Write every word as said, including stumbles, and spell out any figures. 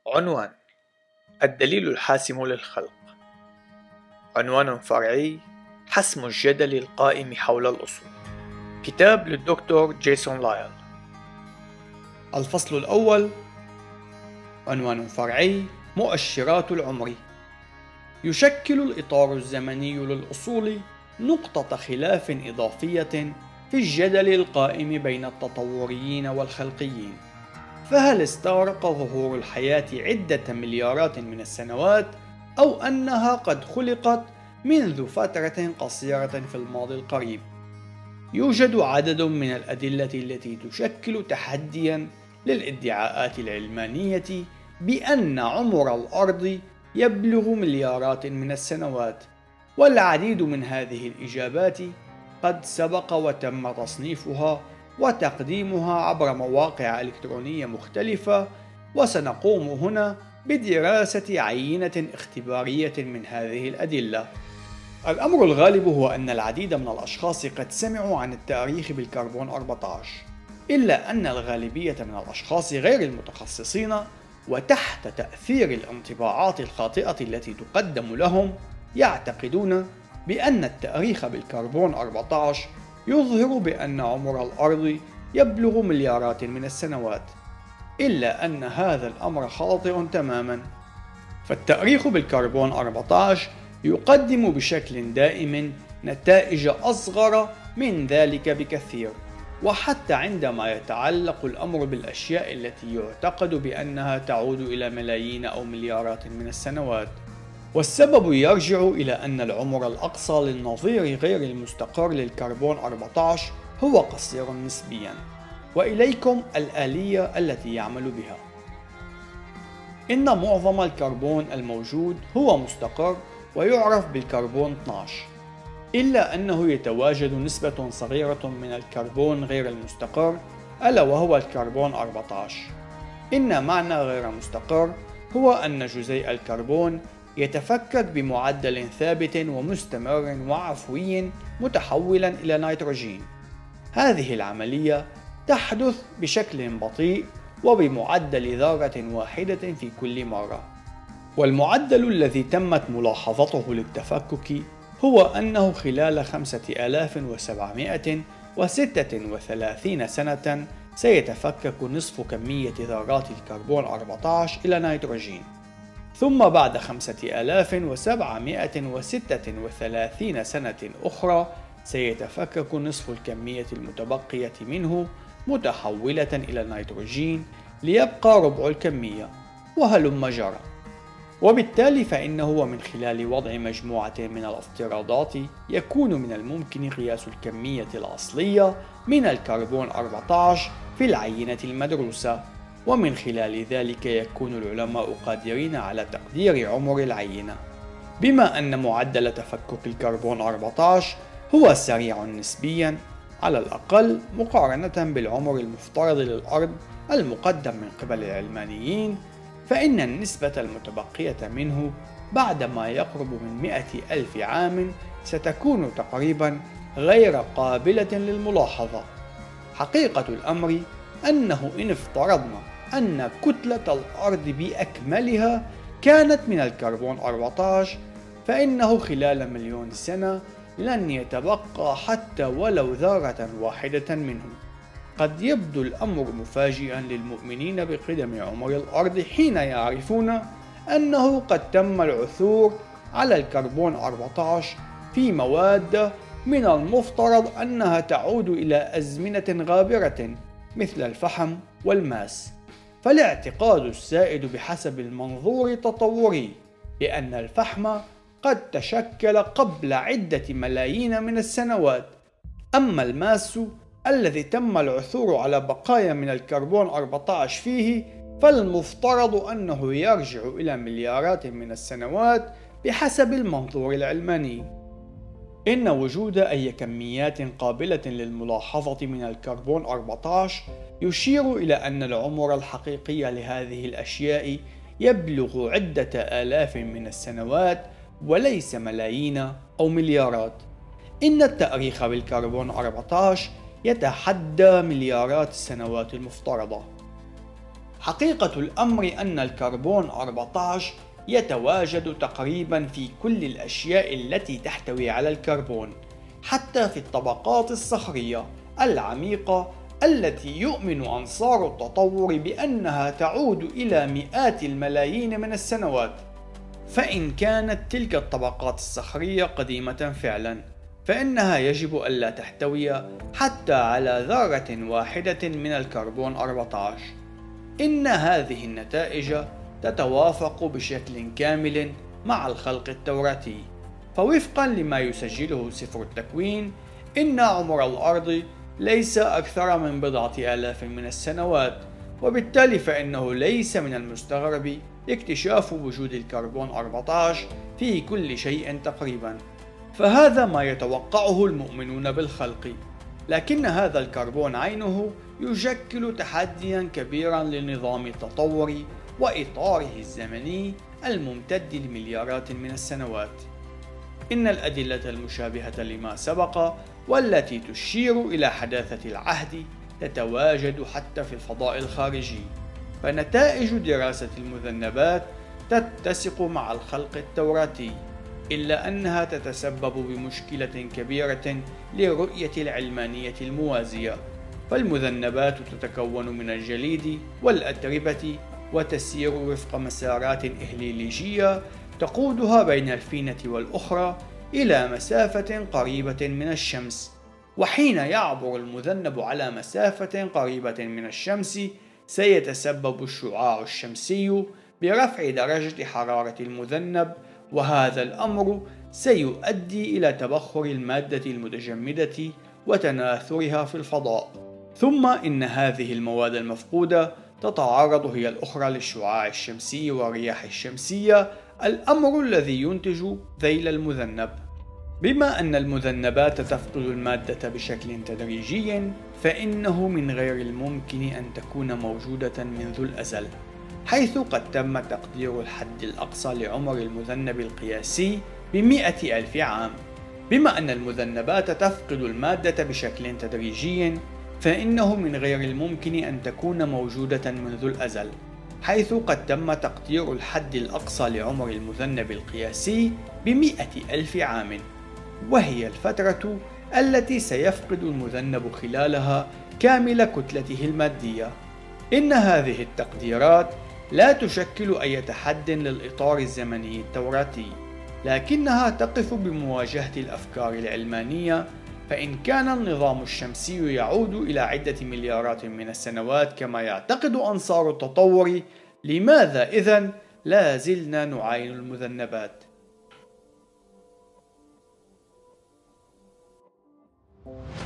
عنوان: الدليل الحاسم للخلق. عنوان فرعي: حسم الجدل القائم حول الأصول. كتاب للدكتور جيسون لايل. الفصل الأول. عنوان فرعي: مؤشرات العمر. يشكل الإطار الزمني للأصول نقطة خلاف إضافية في الجدل القائم بين التطوريين والخلقيين. فهل استغرق ظهور الحياة عدة مليارات من السنوات، أو أنها قد خلقت منذ فترة قصيرة في الماضي القريب؟ يوجد عدد من الأدلة التي تشكل تحدياً للادعاءات العلمانية بأن عمر الأرض يبلغ مليارات من السنوات، والعديد من هذه الإجابات قد سبق وتم تصنيفها وتقديمها عبر مواقع إلكترونية مختلفة، وسنقوم هنا بدراسة عينة اختبارية من هذه الأدلة. الأمر الغالب هو أن العديد من الأشخاص قد سمعوا عن التاريخ بالكربون أربعة عشر، إلا أن الغالبية من الأشخاص غير المتخصصين وتحت تأثير الانطباعات الخاطئة التي تقدم لهم يعتقدون بأن التاريخ بالكربون أربعة عشر يظهر بأن عمر الأرض يبلغ مليارات من السنوات، إلا أن هذا الأمر خاطئ تماما. فالتاريخ بالكربون أربعة عشر يقدم بشكل دائم نتائج أصغر من ذلك بكثير، وحتى عندما يتعلق الأمر بالأشياء التي يعتقد بأنها تعود إلى ملايين أو مليارات من السنوات. والسبب يرجع إلى أن العمر الأقصى للنظير غير المستقر للكربون أربعة عشر هو قصير نسبيا، وإليكم الآلية التي يعمل بها. إن معظم الكربون الموجود هو مستقر ويعرف بالكربون اثني عشر، إلا أنه يتواجد نسبة صغيرة من الكربون غير المستقر، ألا وهو الكربون أربعة عشر. إن معنى غير مستقر هو أن جزيء الكربون يتفكك بمعدل ثابت ومستمر وعفوي متحولا إلى نيتروجين. هذه العملية تحدث بشكل بطيء وبمعدل ذرة واحدة في كل مرة، والمعدل الذي تمت ملاحظته للتفكك هو أنه خلال خمسة آلاف وسبعمائة وستة وثلاثين سنة سيتفكك نصف كمية ذرات الكربون أربعة عشر إلى نيتروجين، ثم بعد خمسة آلاف وسبعمائة وستة وثلاثين سنة أخرى سيتفكك نصف الكمية المتبقية منه متحولة إلى نيتروجين ليبقى ربع الكمية، وهلم جرى. وبالتالي فإنه ومن خلال وضع مجموعة من الافتراضات يكون من الممكن قياس الكمية الأصلية من الكربون أربعة عشر في العينة المدروسة، ومن خلال ذلك يكون العلماء قادرين على تقدير عمر العينة، بما أن معدل تفكك الكربون أربعة عشر هو سريع نسبيا على الأقل مقارنة بالعمر المفترض للأرض المقدم من قبل العلمانيين، فإن النسبة المتبقية منه بعد ما يقرب من مئة ألف عام ستكون تقريبا غير قابلة للملاحظة. حقيقة الأمر أنه إن افترضنا أن كتلة الأرض بأكملها كانت من الكربون أربعة عشر، فإنه خلال مليون سنة لن يتبقى حتى ولو ذرة واحدة منه. قد يبدو الأمر مفاجئا للمؤمنين بقدم عمر الأرض حين يعرفون أنه قد تم العثور على الكربون أربعة عشر في مواد من المفترض أنها تعود إلى أزمنة غابرة مثل الفحم والماس. فالاعتقاد السائد بحسب المنظور التطوري بأن الفحم قد تشكل قبل عدة ملايين من السنوات، أما الماس الذي تم العثور على بقايا من الكربون أربعة عشر فيه فالمفترض أنه يرجع إلى مليارات من السنوات بحسب المنظور العلماني. إن وجود أي كميات قابلة للملاحظة من الكربون أربعة عشر يشير إلى أن العمر الحقيقي لهذه الأشياء يبلغ عدة آلاف من السنوات وليس ملايين أو مليارات. إن التاريخ بالكربون أربعة عشر يتحدى مليارات السنوات المفترضة. حقيقة الأمر أن الكربون أربعة عشر يتواجد تقريبا في كل الأشياء التي تحتوي على الكربون، حتى في الطبقات الصخرية العميقة التي يؤمن أنصار التطور بأنها تعود إلى مئات الملايين من السنوات. فإن كانت تلك الطبقات الصخرية قديمة فعلا، فإنها يجب ألا تحتوي حتى على ذرة واحدة من الكربون أربعة عشر. إن هذه النتائج تتوافق بشكل كامل مع الخلق التوراتي، فوفقا لما يسجله سفر التكوين، إن عمر الأرض ليس أكثر من بضعة آلاف من السنوات، وبالتالي فإنه ليس من المستغرب اكتشاف وجود الكربون أربعة عشر في كل شيء تقريبا. فهذا ما يتوقعه المؤمنون بالخلق، لكن هذا الكربون عينه يشكل تحديا كبيرا لنظام التطور وإطاره الزمني الممتد لمليارات من السنوات. إن الأدلة المشابهة لما سبق والتي تشير إلى حداثة العهد تتواجد حتى في الفضاء الخارجي، فنتائج دراسة المذنبات تتسق مع الخلق التوراتي، إلا أنها تتسبب بمشكلة كبيرة لرؤية العلمانية الموازية. فالمذنبات تتكون من الجليد والأتربة وتسير وفق مسارات إهليليجية تقودها بين الفينة والأخرى إلى مسافة قريبة من الشمس، وحين يعبر المذنب على مسافة قريبة من الشمس سيتسبب الشعاع الشمسي برفع درجة حرارة المذنب، وهذا الأمر سيؤدي إلى تبخر المادة المتجمدة وتناثرها في الفضاء. ثم إن هذه المواد المفقودة تتعرض هي الأخرى للشعاع الشمسي والرياح الشمسية، الأمر الذي ينتج ذيل المذنب. بما أن المذنبات تفقد المادة بشكل تدريجي، فإنه من غير الممكن أن تكون موجودة منذ الأزل، حيث قد تم تقدير الحد الأقصى لعمر المذنب القياسي بمئة ألف عام. بما أن المذنبات تفقد المادة بشكل تدريجي، فإنه من غير الممكن أن تكون موجودة منذ الأزل، حيث قد تم تقدير الحد الأقصى لعمر المذنب القياسي بمئة ألف عام، وهي الفترة التي سيفقد المذنب خلالها كامل كتلته المادية. إن هذه التقديرات لا تشكل أي تحد للإطار الزمني التوراتي، لكنها تقف بمواجهة الأفكار العلمانية. فإن كان النظام الشمسي يعود إلى عدة مليارات من السنوات كما يعتقد أنصار التطور، لماذا إذن لا زلنا نعاين المذنبات؟